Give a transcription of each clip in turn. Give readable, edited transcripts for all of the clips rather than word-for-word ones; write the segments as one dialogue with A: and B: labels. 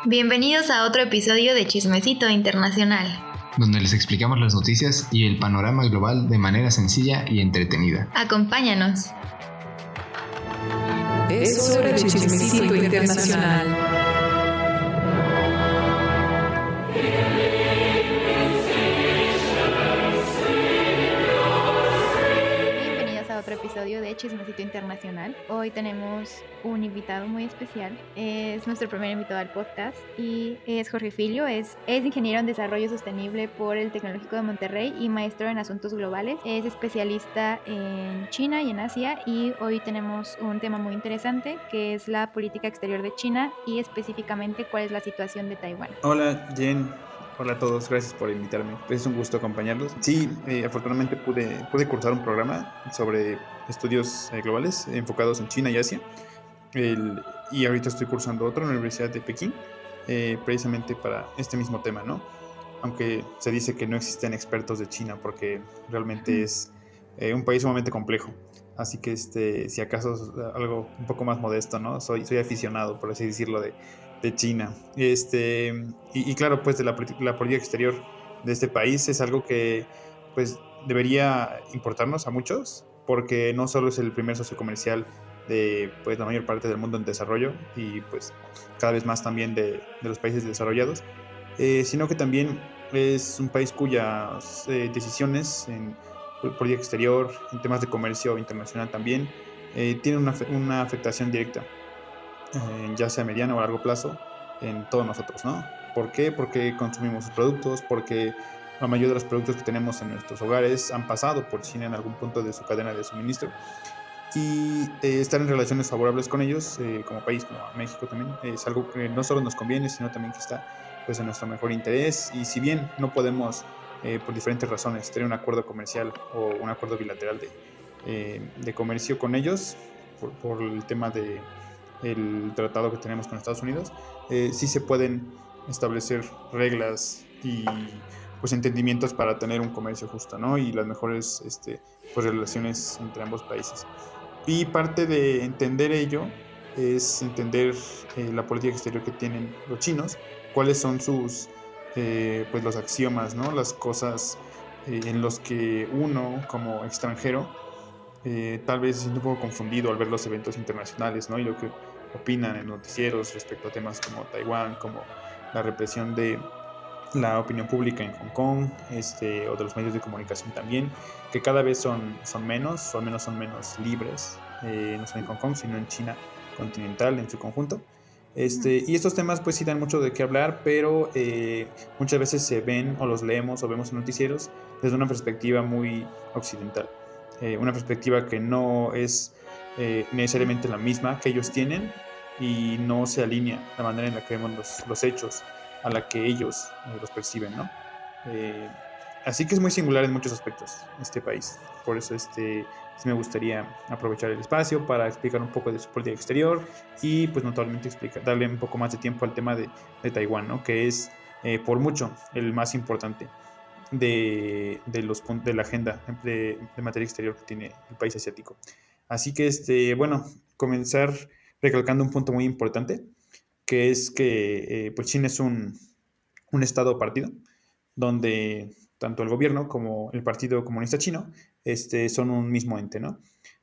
A: Bienvenidos a otro episodio de Chismecito Internacional,
B: donde les explicamos las noticias y el panorama global de manera sencilla y entretenida.
A: Acompáñanos.
C: Es hora de Chismecito Internacional.
A: Otro episodio de Chismecito Internacional. Hoy tenemos un invitado muy especial. Es nuestro primer invitado al podcast y es Jorge Filio. Es ingeniero en desarrollo sostenible por el Tecnológico de Monterrey y maestro en asuntos globales. Es especialista en China y en Asia, y hoy tenemos un tema muy interesante que es la política exterior de China y específicamente cuál es la situación de Taiwán.
D: Hola, Jen. Hola a todos, gracias por invitarme. Es un gusto acompañarlos. Sí, afortunadamente pude cursar un programa sobre estudios globales enfocados en China y Asia. Y ahorita estoy cursando otro en la Universidad de Pekín, precisamente para este mismo tema, ¿no? Aunque se dice que no existen expertos de China porque realmente es un país sumamente complejo. Así que si acaso es algo un poco más modesto, ¿no? Soy aficionado, por así decirlo, de China. Y claro, pues de la política exterior de este país es algo que pues debería importarnos a muchos, porque no solo es el primer socio comercial de pues la mayor parte del mundo en desarrollo y pues cada vez más también de los países desarrollados, sino que también es un país cuyas decisiones en política exterior, en temas de comercio internacional también, tienen una afectación directa, ya sea mediano o a largo plazo, en todos nosotros, ¿no? ¿Por qué? Porque consumimos sus productos, porque la mayoría de los productos que tenemos en nuestros hogares han pasado por China en algún punto de su cadena de suministro, y estar en relaciones favorables con ellos, como país, como México también, es algo que no solo nos conviene, sino también que está pues en nuestro mejor interés. Y si bien no podemos, por diferentes razones, tener un acuerdo comercial o un acuerdo bilateral de comercio con ellos, por el tema el tratado que tenemos con Estados Unidos, sí se pueden establecer reglas y pues entendimientos para tener un comercio justo, ¿no? Y las mejores pues relaciones entre ambos países. Y parte de entender ello es entender la política exterior que tienen los chinos, cuáles son sus pues los axiomas, ¿no? Las cosas en los que uno como extranjero tal vez se siente un poco confundido al ver los eventos internacionales, ¿no? Y lo que opinan en noticieros respecto a temas como Taiwán, como la represión de la opinión pública en Hong Kong, o de los medios de comunicación también, que cada vez son menos, o al menos son menos libres, no solo en Hong Kong, sino en China continental en su conjunto. Y estos temas pues sí dan mucho de qué hablar, pero muchas veces se ven o los leemos o vemos en noticieros desde una perspectiva muy occidental, una perspectiva que no es necesariamente la misma que ellos tienen, y no se alinea la manera en la que vemos los hechos a la que ellos los perciben, ¿no? Así que es muy singular en muchos aspectos este país. Por eso sí me gustaría aprovechar el espacio para explicar un poco de su política exterior y pues notablemente darle un poco más de tiempo al tema de Taiwán, ¿no? Que es por mucho el más importante de la agenda de materia exterior que tiene el país asiático. Así que bueno, comenzar recalcando un punto muy importante, que es que pues China es un estado partido, donde tanto el gobierno como el Partido Comunista Chino son un mismo ente, ¿no?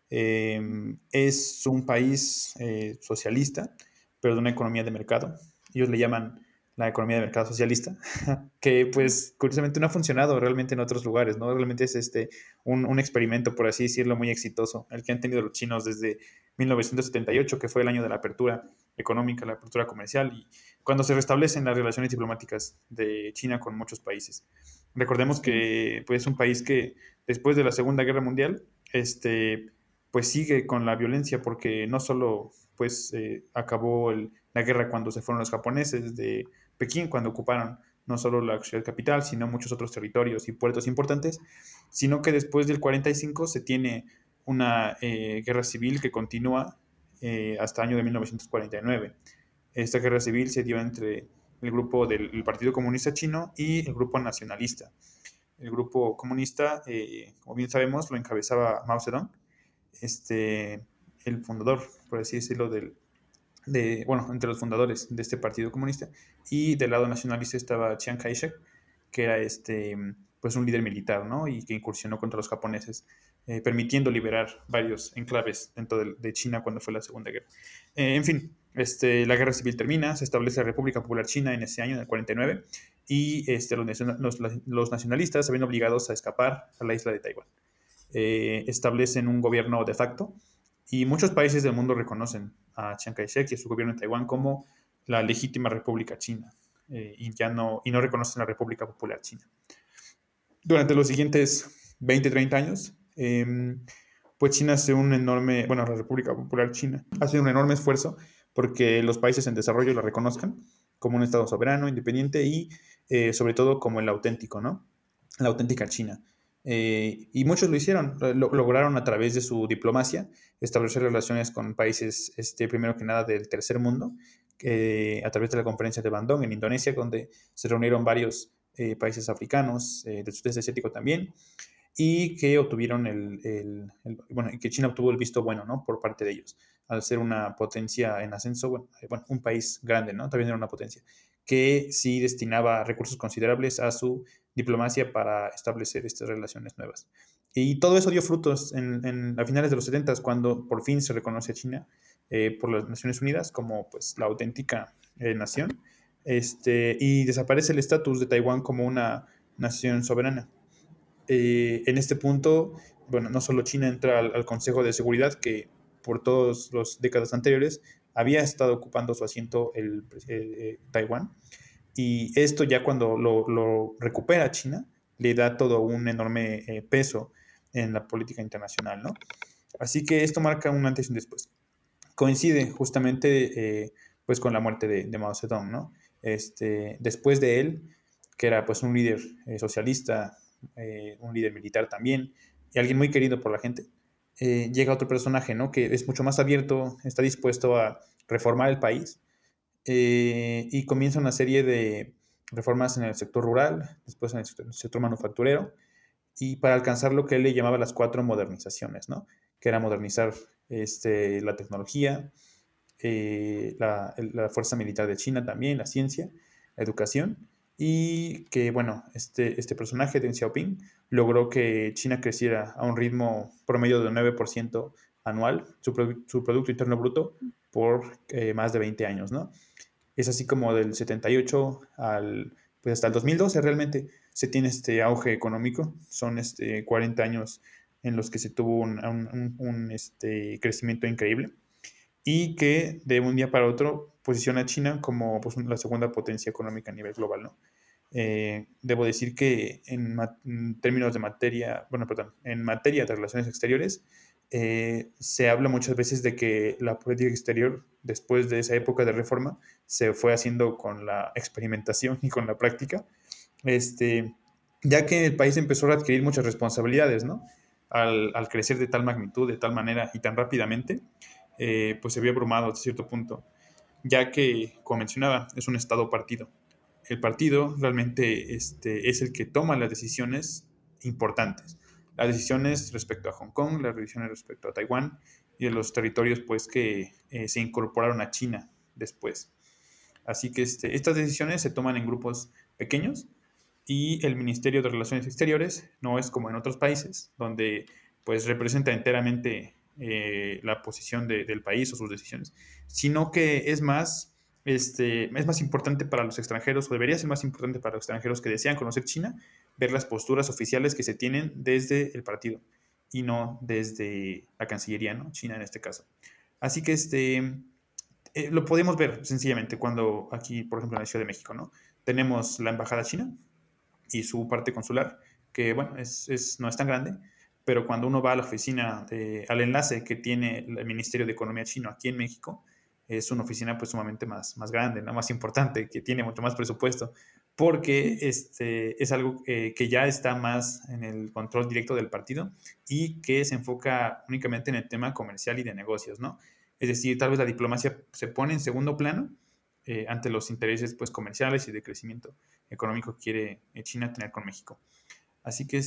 D: Es un país socialista, pero de una economía de mercado. Ellos le llaman la economía de mercado socialista, que pues curiosamente no ha funcionado realmente en otros lugares, ¿no? Realmente es un experimento, por así decirlo, muy exitoso, el que han tenido los chinos desde 1978, que fue el año de la apertura económica, la apertura comercial, y cuando se restablecen las relaciones diplomáticas de China con muchos países. Recordemos que pues, es un país que después de la Segunda Guerra Mundial, pues sigue con la violencia, porque no solo pues acabó la guerra cuando se fueron los japoneses de Pekín, cuando ocuparon no solo la ciudad capital, sino muchos otros territorios y puertos importantes, sino que después del 45 se tiene una guerra civil que continúa hasta el año de 1949. Esta guerra civil se dio entre el grupo del Partido Comunista Chino y el grupo nacionalista. El grupo comunista, como bien sabemos, lo encabezaba Mao Zedong, el fundador, por así decirlo, entre los fundadores de este partido comunista, y del lado nacionalista estaba Chiang Kai-shek, que era pues un líder militar, ¿no? Y que incursionó contra los japoneses, permitiendo liberar varios enclaves dentro de China cuando fue la Segunda Guerra. En fin, la guerra civil termina, se establece la República Popular China en ese año, en el 49, y los nacionalistas se ven obligados a escapar a la isla de Taiwán. Establecen un gobierno de facto, y muchos países del mundo reconocen a Chiang Kai-shek y a su gobierno en Taiwán como la legítima República China, y no reconocen la República Popular China. Durante los siguientes 20-30 años, pues China hace la República Popular China hace un enorme esfuerzo porque los países en desarrollo la reconozcan como un estado soberano, independiente y sobre todo como el auténtico, ¿no? La auténtica China. Y muchos lo hicieron, lograron a través de su diplomacia establecer relaciones con países, primero que nada, del tercer mundo, a través de la conferencia de Bandung en Indonesia, donde se reunieron varios países africanos, del sudeste asiático también, y que obtuvieron que China obtuvo el visto bueno, ¿no? Por parte de ellos, al ser una potencia en ascenso, un país grande, ¿no? También era una potencia, que sí destinaba recursos considerables a su diplomacia para establecer estas relaciones nuevas. Y todo eso dio frutos a finales de los 70, cuando por fin se reconoce a China por las Naciones Unidas como pues, la auténtica nación, y desaparece el estatus de Taiwán como una nación soberana. En este punto, no solo China entra al Consejo de Seguridad, que por todas las décadas anteriores había estado ocupando su asiento Taiwán, y esto ya cuando lo recupera China, le da todo un enorme peso en la política internacional, ¿no? Así que esto marca un antes y un después. Coincide justamente pues con la muerte de Mao Zedong, ¿no? Después de él, que era pues un líder socialista, un líder militar también, y alguien muy querido por la gente, llega otro personaje, ¿no? Que es mucho más abierto, está dispuesto a reformar el país, y comienza una serie de reformas en el sector rural, después en el sector manufacturero, y para alcanzar lo que él le llamaba las 4 modernizaciones, ¿no? Que era modernizar la tecnología, la fuerza militar de China también, la ciencia, la educación, y que, este personaje, Deng Xiaoping, logró que China creciera a un ritmo promedio de 9% anual, su Producto Interno Bruto, por más de 20 años, ¿no? Es así como del 78 pues hasta el 2012 realmente se tiene este auge económico. Son 40 años en los que se tuvo un crecimiento increíble, y que de un día para otro posiciona a China como pues, la segunda potencia económica a nivel global, ¿no? Debo decir que en términos de materia, en materia de relaciones exteriores, se habla muchas veces de que la política exterior, después de esa época de reforma, se fue haciendo con la experimentación y con la práctica, ya que el país empezó a adquirir muchas responsabilidades, ¿no? Al crecer de tal magnitud, de tal manera y tan rápidamente, pues se vio abrumado hasta cierto punto, ya que, como mencionaba, es un estado partido. El partido realmente es el que toma las decisiones importantes. Las decisiones respecto a Hong Kong, las decisiones respecto a Taiwán y de los territorios pues, que se incorporaron a China después. Así que estas decisiones se toman en grupos pequeños, y el Ministerio de Relaciones Exteriores no es como en otros países, donde pues representa enteramente la posición del país o sus decisiones, sino que es más importante para los extranjeros, o debería ser más importante para los extranjeros que desean conocer China, ver las posturas oficiales que se tienen desde el partido y no desde la Cancillería, ¿no? China en este caso. Así que lo podemos ver sencillamente cuando aquí, por ejemplo, en la Ciudad de México, ¿no? Tenemos la Embajada China y su parte consular, que no es tan grande, pero cuando uno va a la oficina, al enlace que tiene el Ministerio de Economía chino aquí en México, es una oficina pues sumamente más grande, ¿no? Más importante, que tiene mucho más presupuesto, porque es algo que ya está más en el control directo del partido, y que se enfoca únicamente en el tema comercial y de negocios, ¿no? Es decir, tal vez la diplomacia se pone en segundo plano ante los intereses pues, comerciales y de crecimiento económico que quiere China tener con México. Así que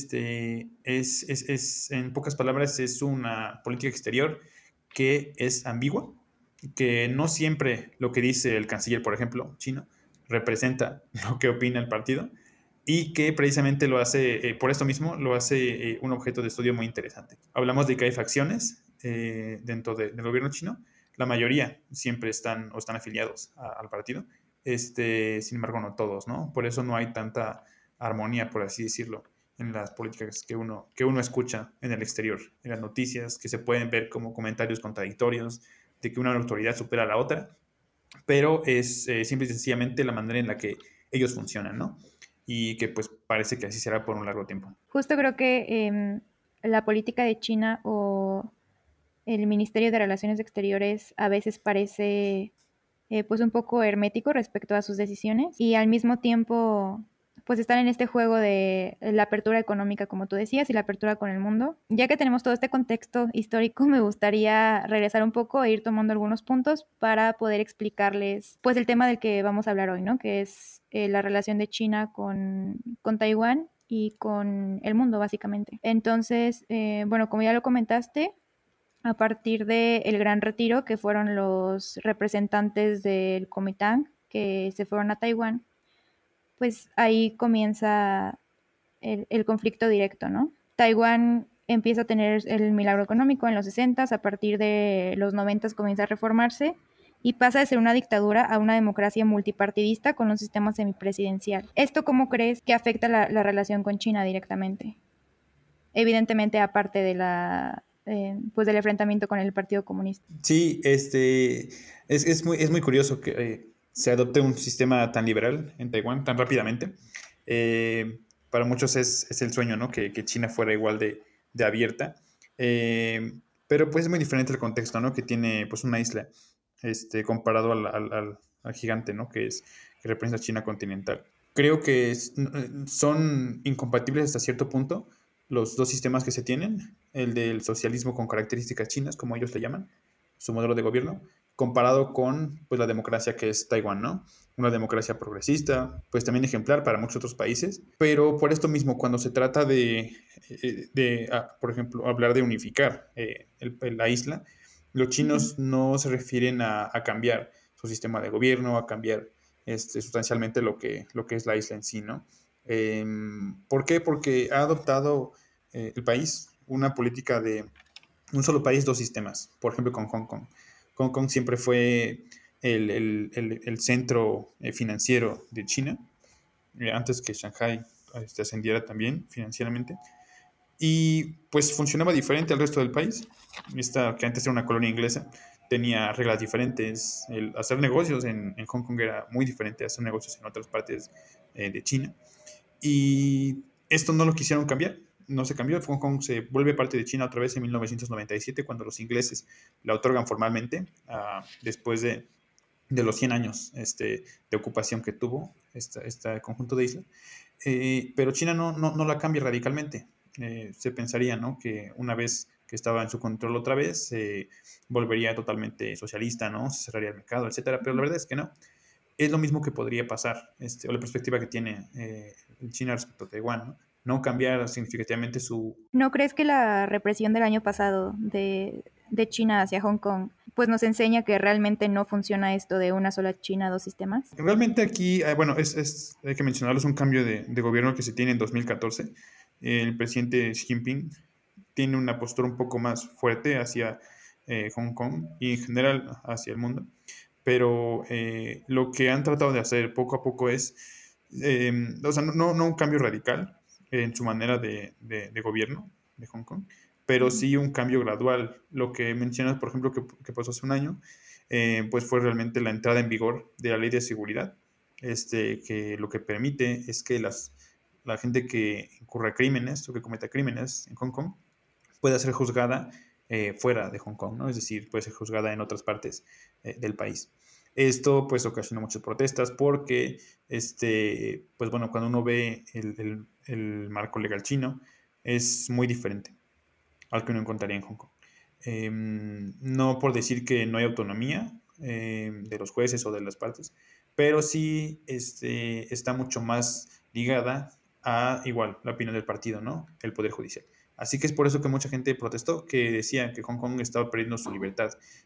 D: en pocas palabras, es una política exterior que es ambigua, que no siempre lo que dice el canciller, por ejemplo, chino, representa lo que opina el partido, y que precisamente lo hace, por esto mismo, lo hace un objeto de estudio muy interesante. Hablamos de que hay facciones dentro del gobierno chino, la mayoría siempre están o están afiliados al partido, sin embargo no todos, ¿no? Por eso no hay tanta armonía, por así decirlo, en las políticas que uno escucha en el exterior, en las noticias, que se pueden ver como comentarios contradictorios, de que una autoridad supera a la otra, pero es simple y sencillamente la manera en la que ellos funcionan, ¿no? Y que pues parece que así será por un largo tiempo.
A: Justo creo que la política de China o el Ministerio de Relaciones Exteriores a veces parece pues un poco hermético respecto a sus decisiones y al mismo tiempo pues están en este juego de la apertura económica, como tú decías, y la apertura con el mundo. Ya que tenemos todo este contexto histórico, me gustaría regresar un poco e ir tomando algunos puntos para poder explicarles pues el tema del que vamos a hablar hoy, ¿no? Que es la relación de China con Taiwán y con el mundo, básicamente. Entonces, bueno, como ya lo comentaste, a partir del Gran Retiro, que fueron los representantes del Kuomintang que se fueron a Taiwán, pues ahí comienza el conflicto directo, ¿no? Taiwán empieza a tener el milagro económico en los 60, a partir de los 90 comienza a reformarse y pasa de ser una dictadura a una democracia multipartidista con un sistema semipresidencial. ¿Esto cómo crees que afecta la relación con China directamente? Evidentemente, aparte de pues del enfrentamiento con el Partido Comunista.
D: Sí, es muy curioso que se adopte un sistema tan liberal en Taiwán tan rápidamente. Para muchos es el sueño, ¿no? Que China fuera igual de abierta. Pero pues es muy diferente el contexto, ¿no? Que tiene pues una isla comparado al gigante, ¿no? Que representa China continental. Creo que son incompatibles hasta cierto punto los dos sistemas que se tienen, el del socialismo con características chinas, como ellos le llaman, su modelo de gobierno, comparado con pues, la democracia que es Taiwán, ¿no? Una democracia progresista, pues también ejemplar para muchos otros países, pero por esto mismo, cuando se trata por ejemplo, hablar de unificar la isla, los chinos no se refieren a cambiar su sistema de gobierno, a cambiar sustancialmente lo que es la isla en sí, ¿no? ¿Por qué? Porque ha adoptado el país una política de un solo país, dos sistemas. Por ejemplo, con Hong Kong. Hong Kong siempre fue el centro financiero de China, antes que Shanghai ascendiera también financieramente. Y pues funcionaba diferente al resto del país. Que antes era una colonia inglesa, tenía reglas diferentes. El hacer negocios en Hong Kong era muy diferente a hacer negocios en otras partes de China. Y esto no lo quisieron cambiar, no se cambió. Hong Kong se vuelve parte de China otra vez en 1997, cuando los ingleses la otorgan formalmente, después de los 100 años de ocupación que tuvo este conjunto de islas. Pero China no la cambia radicalmente. Se pensaría, ¿no?, que una vez que estaba en su control otra vez, volvería totalmente socialista, ¿no? Se cerraría el mercado, etcétera. Pero la verdad es que no. Es lo mismo que podría pasar, o la perspectiva que tiene China respecto a Taiwán, ¿no? No cambiar significativamente su...
A: ¿No crees que la represión del año pasado de China hacia Hong Kong pues nos enseña que realmente no funciona esto de una sola China, dos sistemas?
D: Realmente aquí, bueno, hay que mencionarlo, es un cambio de gobierno que se tiene en 2014. El presidente Xi Jinping tiene una postura un poco más fuerte hacia Hong Kong y en general hacia el mundo. Pero lo que han tratado de hacer poco a poco es, o sea, no un cambio radical en su manera de gobierno de Hong Kong, pero sí un cambio gradual. Lo que mencionas, por ejemplo, que pasó hace un año, pues fue realmente la entrada en vigor de la ley de seguridad, que lo que permite es que la gente que incurra crímenes o que cometa crímenes en Hong Kong pueda ser juzgada fuera de Hong Kong, ¿no? Es decir, puede ser juzgada en otras partes del país. Esto pues ocasionó muchas protestas porque, pues bueno, cuando uno ve el marco legal chino, es muy diferente al que uno encontraría en Hong Kong. No por decir que no hay autonomía de los jueces o de las partes, pero sí está mucho más ligada a igual la opinión del partido, ¿no? El poder judicial. Así que es por eso que mucha gente protestó, que decía que Hong Kong estaba perdiendo su libertad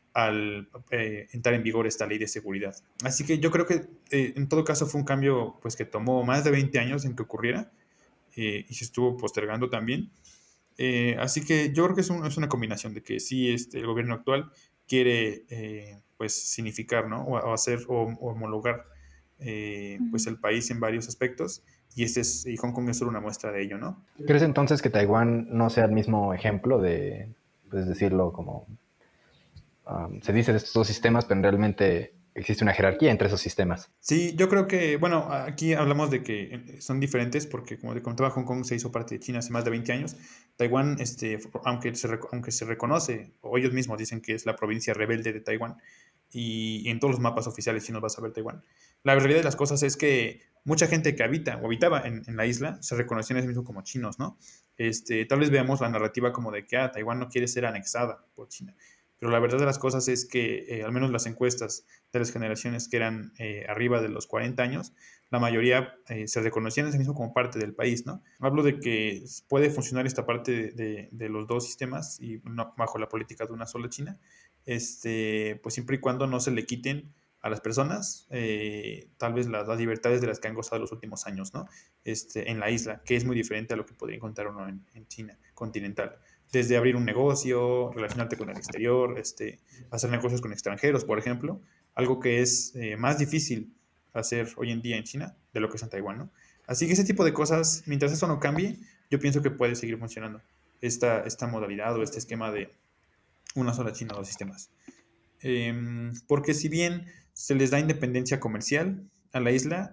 D: al entrar en vigor esta ley de seguridad. Así que yo creo que en todo caso fue un cambio pues, que tomó más de 20 años en que ocurriera y se estuvo postergando también. Así que yo creo que es una combinación de que sí el gobierno actual quiere pues significar, ¿no? O hacer o homologar pues el país en varios aspectos y Hong Kong es solo una muestra de ello, ¿no?
E: ¿Crees entonces que Taiwán no sea el mismo ejemplo de, pues decirlo como se dice de estos dos sistemas, pero realmente existe una jerarquía entre esos sistemas?
D: Sí, yo creo que, bueno, aquí hablamos de que son diferentes porque, como te contaba, Hong Kong se hizo parte de China hace más de 20 años. Taiwán, aunque se reconoce, o ellos mismos dicen que es la provincia rebelde de Taiwán, y en todos los mapas oficiales chinos vas a ver Taiwán. La realidad de las cosas es que mucha gente que habitaba en la isla se reconocían a sí mismos como chinos, ¿no? Tal vez veamos la narrativa como de que Taiwán no quiere ser anexada por China. Pero la verdad de las cosas es que, al menos las encuestas de las generaciones que eran arriba de los 40 años, la mayoría se reconocían a sí mismo como parte del país, ¿no? Hablo de que puede funcionar esta parte de los dos sistemas y no, bajo la política de una sola China, pues siempre y cuando no se le quiten a las personas tal vez las libertades de las que han gozado los últimos años, ¿no? En la isla, que es muy diferente a lo que podría encontrar uno en China continental. Desde abrir un negocio, relacionarte con el exterior, hacer negocios con extranjeros, por ejemplo, algo que es más difícil hacer hoy en día en China de lo que es en Taiwán, ¿no? Así que ese tipo de cosas, mientras eso no cambie, yo pienso que puede seguir funcionando esta modalidad o este esquema de una sola China, dos sistemas. Porque si bien se les da independencia comercial a la isla,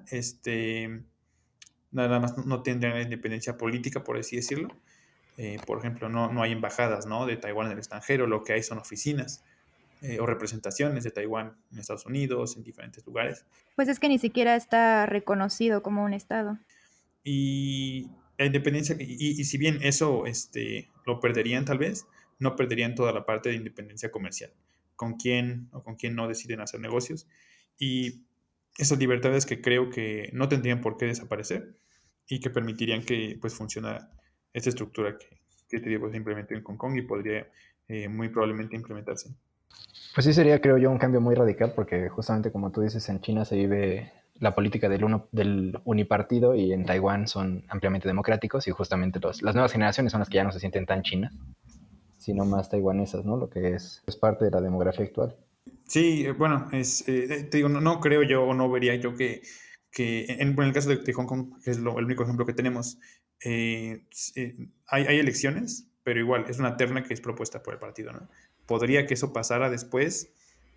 D: nada más no tendrían independencia política, por así decirlo. Por ejemplo, no hay embajadas, ¿no?, de Taiwán en el extranjero, lo que hay son oficinas o representaciones de Taiwán en Estados Unidos, en diferentes lugares.
A: Pues es que ni siquiera está reconocido como un estado.
D: Y la independencia, y si bien eso lo perderían tal vez, no perderían toda la parte de independencia comercial, con quién o con quién no deciden hacer negocios. Y esas libertades que creo que no tendrían por qué desaparecer y que permitirían que pues funcionara esta estructura que te digo se implementó en Hong Kong y podría muy probablemente implementarse.
E: Pues sí sería, creo yo, un cambio muy radical porque justamente como tú dices, en China se vive la política del unipartido y en Taiwán son ampliamente democráticos y justamente las nuevas generaciones son las que ya no se sienten tan chinas, sino más taiwanesas, ¿no? Lo que es parte de la demografía actual.
D: Sí, bueno, te digo, no creo yo o no vería yo que en el caso de Hong Kong, que es el único ejemplo que tenemos, hay elecciones, pero igual es una terna que es propuesta por el partido, ¿no? Podría que eso pasara después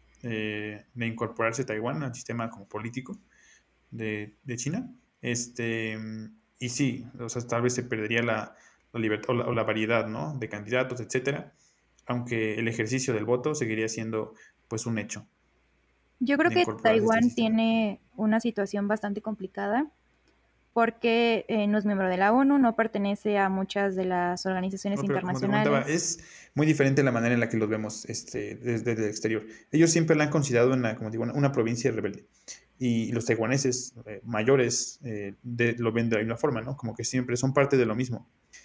D: de incorporarse Taiwán al sistema como político de China. Y sí, o sea, tal vez se perdería la libertad o la variedad, ¿no?, de candidatos, etcétera, aunque el ejercicio del voto seguiría siendo pues un hecho
A: Yo creo
D: de
A: que
D: incorporarse a este
A: Taiwán
D: sistema.
A: tiene una situación bastante complicada porque no es miembro de la ONU, no pertenece a muchas de las organizaciones
D: No, pero como te comentaba,
A: internacionales.
D: es muy diferente la manera en la que los vemos desde el exterior. Ellos siempre la han considerado como digo, una provincia rebelde. Y los taiwaneses mayores lo ven de la misma forma, ¿no? Como que siempre son parte de lo mismo.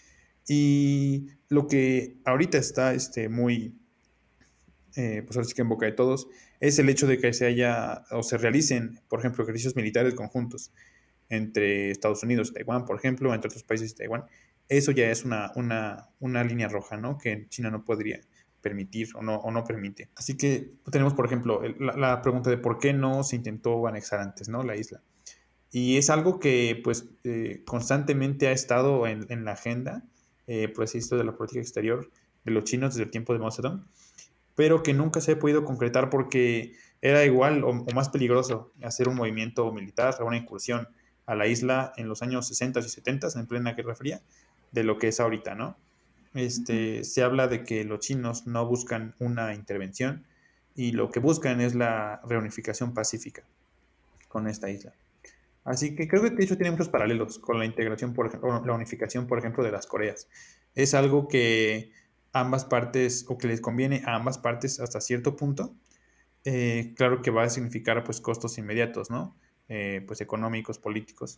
D: Y lo que ahorita está muy, pues ahora sí que en boca de todos, es el hecho de que se haya o se realicen, por ejemplo, ejercicios militares conjuntos entre Estados Unidos y Taiwán, por ejemplo, entre otros países y Taiwán. Eso ya es una línea roja, ¿no?, que China no podría permitir o no permite. Así que tenemos, por ejemplo, la pregunta de por qué no se intentó anexar antes, ¿no?, la isla. Y es algo que pues constantemente ha estado en la agenda, por así decirlo, de la política exterior de los chinos desde el tiempo de Mao Zedong, pero que nunca se ha podido concretar porque era igual o más peligroso hacer un movimiento militar o una incursión a la isla en los años 60 y 70, en plena Guerra Fría, de lo que es ahorita, ¿no? Se habla de que los chinos no buscan una intervención y lo que buscan es la reunificación pacífica con esta isla. Así que creo que de hecho tiene muchos paralelos con la integración, por ejemplo, o la unificación, por ejemplo, de las Coreas. Es algo que ambas partes, o que les conviene a ambas partes hasta cierto punto. Claro que va a significar pues costos inmediatos, ¿no? Pues económicos, políticos.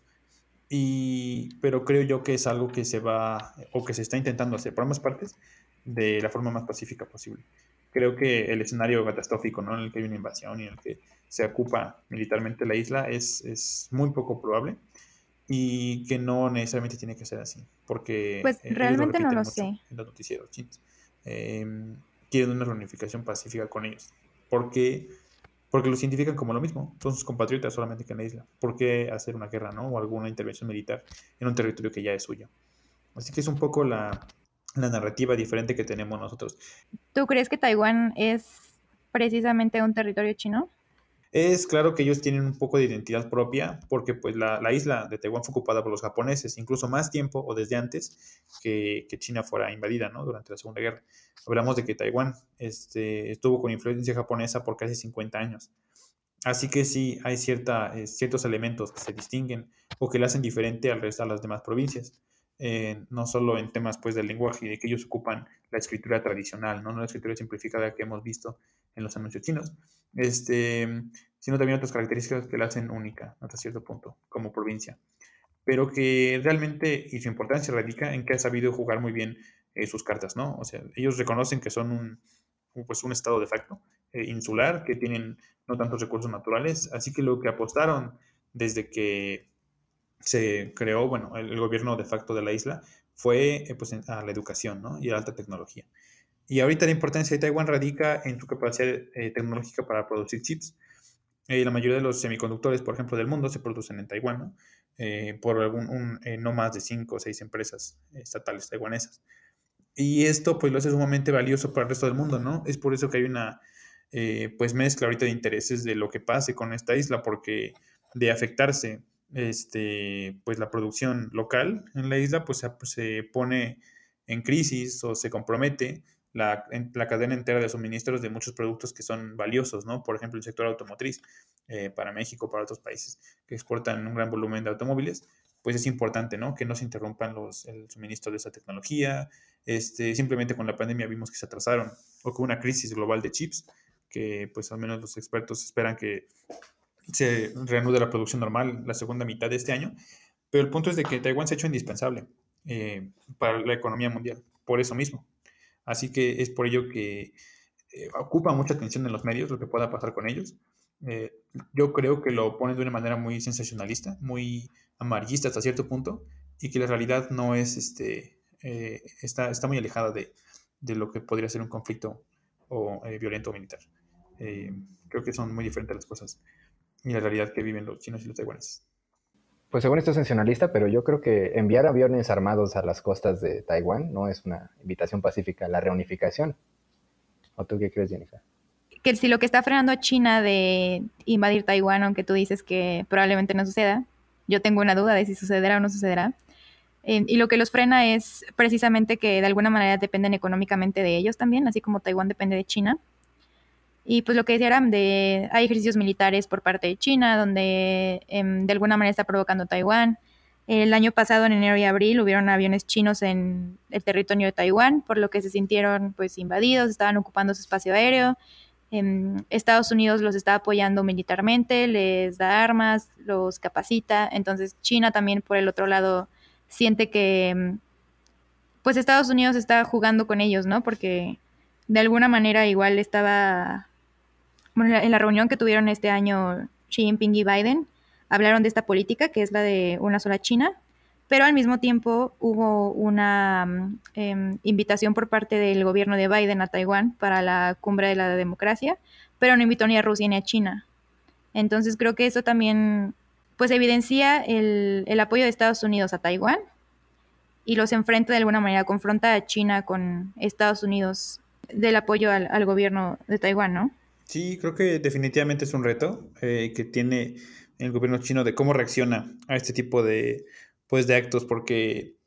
D: Pero creo yo que es algo que se va, o que se está intentando hacer por ambas partes de la forma más pacífica posible. creo que el escenario catastrófico, ¿no? En el que hay una invasión y en el que se ocupa militarmente la isla es muy poco probable y que no necesariamente tiene que ser así, porque
A: Pues
D: ellos lo
A: realmente no
D: repiten
A: lo
D: mucho
A: sé.
D: en los noticieros chinos. Quieren una reunificación pacífica con ellos. Porque porque los identifican como lo mismo, son sus compatriotas solamente que en la isla. ¿Por qué hacer una guerra, no? O alguna intervención militar en un territorio que ya es suyo? Así que es un poco la narrativa diferente que tenemos nosotros.
A: ¿Tú crees que Taiwán es precisamente un territorio chino?
D: Es claro que ellos tienen un poco de identidad propia porque pues la isla de Taiwán fue ocupada por los japoneses, incluso más tiempo o desde antes que China fuera invadida, ¿no? Durante la Segunda Guerra. Hablamos de que Taiwán estuvo con influencia japonesa por casi 50 años. Así que sí, hay ciertos elementos que se distinguen o que le hacen diferente al resto de las demás provincias. No solo en temas pues del lenguaje y de que ellos ocupan la escritura tradicional, ¿no? No la escritura simplificada que hemos visto en los anuncios chinos, sino también otras características que la hacen única hasta cierto punto como provincia, pero que realmente y su importancia radica en que ha sabido jugar muy bien sus cartas, ¿no? O sea, ellos reconocen que son pues un estado de facto insular, que tienen no tantos recursos naturales, así que lo que apostaron desde que se creó, bueno, el gobierno de facto de la isla fue pues a la educación, ¿no? Y a la alta tecnología. Y ahorita la importancia de Taiwán radica en su capacidad tecnológica para producir chips. La mayoría de los semiconductores, por ejemplo, del mundo se producen en Taiwán, ¿no? Por no más de 5 o 6 empresas estatales taiwanesas. Y esto pues lo hace sumamente valioso para el resto del mundo, ¿no? Es por eso que hay una pues mezcla ahorita de intereses de lo que pase con esta isla, porque de afectarse pues la producción local en la isla, pues se pone en crisis o se compromete la cadena entera de suministros de muchos productos que son valiosos, ¿no? Por ejemplo, el sector automotriz para México, para otros países que exportan un gran volumen de automóviles, pues es importante, ¿no? Que no se interrumpan el suministro de esa tecnología. Simplemente con la pandemia vimos que se atrasaron o que hubo una crisis global de chips, que pues al menos los expertos esperan que se reanude la producción normal la segunda mitad de este año. Pero el punto es de que Taiwán se ha hecho indispensable para la economía mundial, por eso mismo. Así que es por ello que ocupa mucha atención en los medios lo que pueda pasar con ellos. Eh, yo creo que lo ponen de una manera muy sensacionalista, muy amarillista hasta cierto punto, y que la realidad no es, está muy alejada de lo que podría ser un conflicto o violento o militar. Creo que son muy diferentes las cosas y la realidad que viven los chinos y los taiwaneses.
E: Pues según esto es sensacionalista, pero yo creo que enviar aviones armados a las costas de Taiwán no es una invitación pacífica a la reunificación. ¿O tú qué crees, Jennifer?
A: Que si lo que está frenando a China de invadir Taiwán, aunque tú dices que probablemente no suceda, yo tengo una duda de si sucederá o no sucederá. Y lo que los frena es precisamente que de alguna manera dependen económicamente de ellos también, así como Taiwán depende de China. Y pues lo que decía Aram, hay ejercicios militares por parte de China, donde de alguna manera está provocando Taiwán. El año pasado, en enero y abril, hubieron aviones chinos en el territorio de Taiwán, por lo que se sintieron pues invadidos, estaban ocupando su espacio aéreo. Estados Unidos los está apoyando militarmente, les da armas, los capacita. Entonces China también, por el otro lado, siente que pues Estados Unidos está jugando con ellos, ¿no? Porque de alguna manera igual estaba, bueno, en la reunión que tuvieron este año Xi Jinping y Biden, hablaron de esta política que es la de una sola China, pero al mismo tiempo hubo una invitación por parte del gobierno de Biden a Taiwán para la cumbre de la democracia, pero no invitó ni a Rusia ni a China. Entonces creo que eso también pues evidencia el apoyo de Estados Unidos a Taiwán y los enfrenta de alguna manera, confronta a China con Estados Unidos del apoyo al gobierno de Taiwán, ¿no?
D: Sí, creo que definitivamente es un reto que tiene el gobierno chino de cómo reacciona a este tipo pues, de actos, porque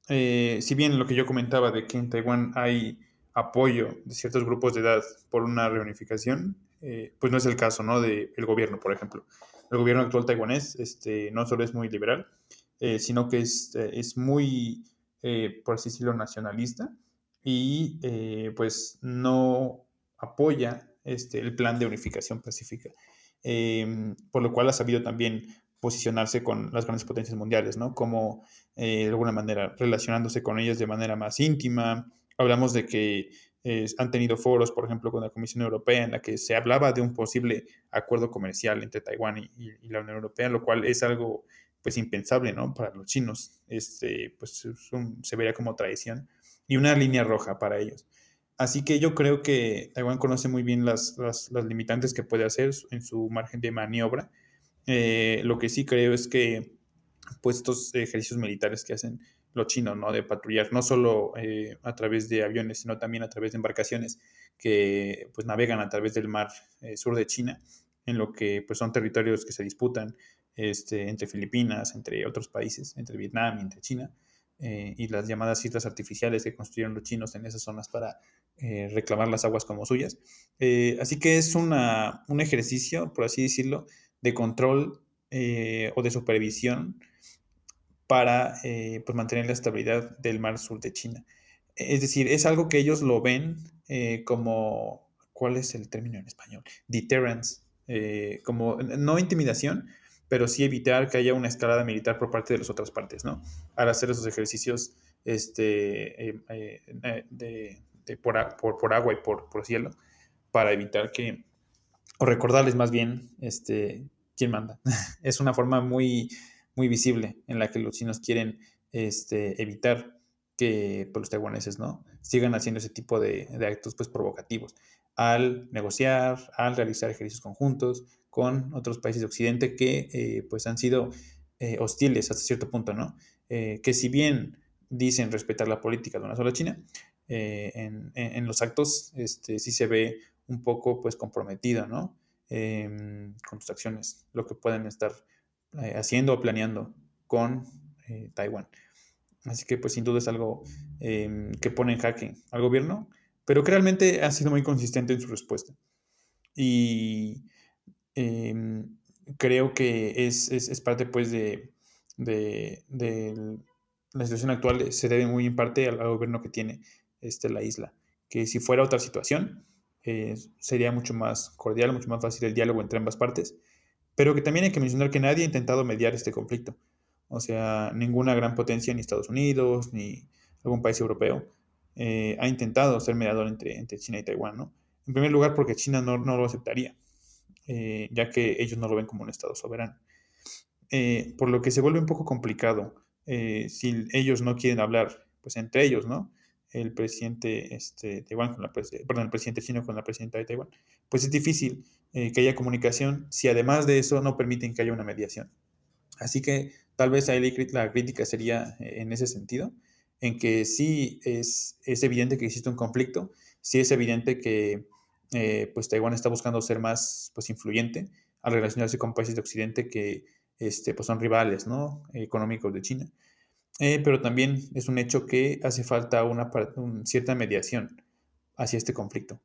D: si bien lo que yo comentaba de que en Taiwán hay apoyo de ciertos grupos de edad por una reunificación, pues no es el caso, ¿no? Del gobierno, por ejemplo. El gobierno actual taiwanés no solo es muy liberal, sino que es muy, por así decirlo, nacionalista y pues no apoya el plan de unificación pacífica, por lo cual ha sabido también posicionarse con las grandes potencias mundiales, ¿no? Como de alguna manera relacionándose con ellas de manera más íntima. Hablamos de que Han tenido foros, por ejemplo, con la Comisión Europea, en la que se hablaba de un posible acuerdo comercial entre Taiwán y la Unión Europea, lo cual es algo pues impensable, ¿no? Para los chinos, pues se vería como traición y una línea roja para ellos. Así que yo creo que Taiwán conoce muy bien las limitantes que puede hacer en su margen de maniobra. Lo que sí creo es que pues estos ejercicios militares que hacen los chinos, ¿no? De patrullar, no solo a través de aviones, sino también a través de embarcaciones que pues navegan a través del mar sur de China, en lo que pues son territorios que se disputan entre Filipinas, entre otros países, entre Vietnam y entre China, y las llamadas islas artificiales que construyeron los chinos en esas zonas para reclamar las aguas como suyas. Así que es un ejercicio, por así decirlo, de control o de supervisión para pues mantener la estabilidad del mar sur de China. Es decir, es algo que ellos lo ven como, ¿cuál es el término en español? Deterrence, como no intimidación, pero sí evitar que haya una escalada militar por parte de las otras partes, ¿no? Al hacer esos ejercicios por agua y por cielo, para evitar que, o recordarles más bien, quién manda. Es una forma muy, muy visible en la que los chinos quieren evitar que pues, los taiwaneses, ¿no? Sigan haciendo ese tipo de actos pues, provocativos al negociar, al realizar ejercicios conjuntos con otros países de Occidente que pues han sido hostiles hasta cierto punto, ¿no? Que si bien dicen respetar la política de una sola China, en los actos sí se ve un poco pues comprometido, ¿no? Con sus acciones, lo que pueden estar haciendo o planeando con Taiwán. Así que pues sin duda es algo que pone en jaque al gobierno, pero que realmente ha sido muy consistente en su respuesta. Y creo que es parte pues de la situación actual, se debe muy en parte al gobierno que tiene la isla, que si fuera otra situación sería mucho más cordial, mucho más fácil el diálogo entre ambas partes, pero que también hay que mencionar que nadie ha intentado mediar este conflicto. O sea, ninguna gran potencia, ni Estados Unidos, ni algún país europeo, ha intentado ser mediador entre China y Taiwán, ¿no? En primer lugar, porque China no lo aceptaría, ya que ellos no lo ven como un Estado soberano. Por lo que se vuelve un poco complicado si ellos no quieren hablar, pues entre ellos, ¿no? El presidente Taiwán el presidente chino con la presidenta de Taiwán, pues es difícil que haya comunicación si además de eso no permiten que haya una mediación. Así que tal vez ahí la crítica sería en ese sentido, en que sí es evidente que existe un conflicto, sí es evidente que pues Taiwán está buscando ser más pues, influyente al relacionarse con países de Occidente que pues son rivales, ¿no? Económicos de China. Pero también es un hecho que hace falta una cierta mediación hacia este conflicto.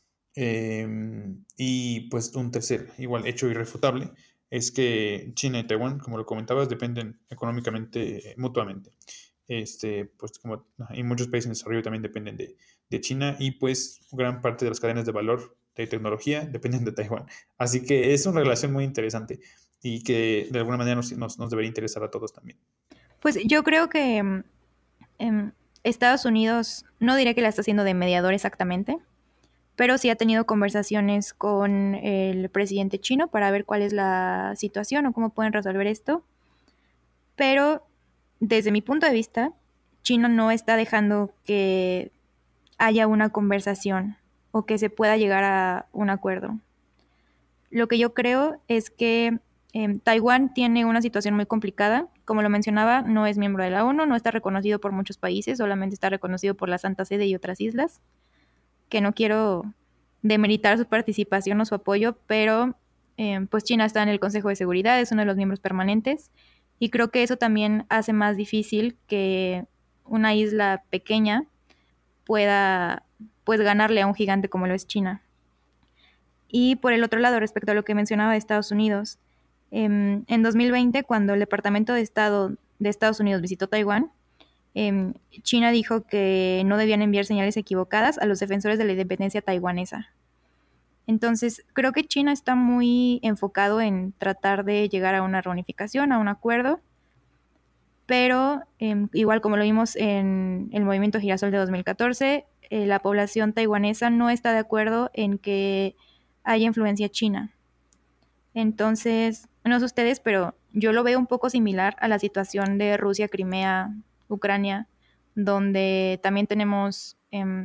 D: Y pues un tercer, igual hecho irrefutable, es que China y Taiwán, como lo comentabas, dependen económicamente mutuamente. Pues como y muchos países en desarrollo también dependen de China y pues gran parte de las cadenas de valor de tecnología dependen de Taiwán. Así que es una relación muy interesante y que de alguna manera nos debería interesar a todos también.
A: Pues yo creo que Estados Unidos, no diré que la está haciendo de mediador exactamente, pero sí ha tenido conversaciones con el presidente chino para ver cuál es la situación o cómo pueden resolver esto. Pero desde mi punto de vista, China no está dejando que haya una conversación o que se pueda llegar a un acuerdo. Lo que yo creo es que Taiwán tiene una situación muy complicada. Como lo mencionaba, no es miembro de la ONU, no está reconocido por muchos países, solamente está reconocido por la Santa Sede y otras islas, que no quiero demeritar su participación o su apoyo, pero pues China está en el Consejo de Seguridad, es uno de los miembros permanentes, y creo que eso también hace más difícil que una isla pequeña pueda pues ganarle a un gigante como lo es China. Y por el otro lado, respecto a lo que mencionaba de Estados Unidos, en 2020, cuando el Departamento de Estado de Estados Unidos visitó Taiwán, China dijo que no debían enviar señales equivocadas a los defensores de la independencia taiwanesa. Entonces, creo que China está muy enfocado en tratar de llegar a una reunificación, a un acuerdo, pero igual como lo vimos en el movimiento Girasol de 2014, la población taiwanesa no está de acuerdo en que haya influencia china. Entonces, no sé ustedes, pero yo lo veo un poco similar a la situación de Rusia, Crimea, Ucrania, donde también tenemos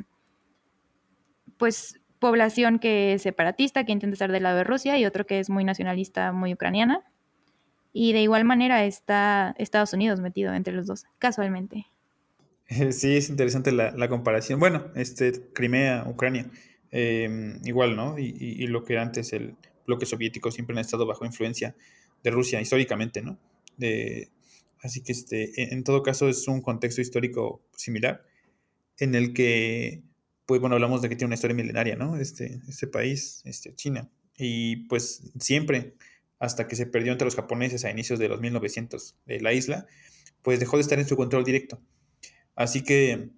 A: pues población que es separatista, que intenta estar del lado de Rusia, y otro que es muy nacionalista, muy ucraniana. Y de igual manera está Estados Unidos metido entre los dos, casualmente.
D: Sí, es interesante la comparación. Bueno, Crimea, Ucrania, igual, ¿no? Y lo que era antes el bloque soviético siempre han estado bajo influencia de Rusia históricamente, ¿no? De, así que en todo caso es un contexto histórico similar en el que, pues bueno, hablamos de que tiene una historia milenaria, ¿no? Este país, China. Y pues siempre, hasta que se perdió entre los japoneses a inicios de los 1900 de la isla, pues dejó de estar en su control directo. Así que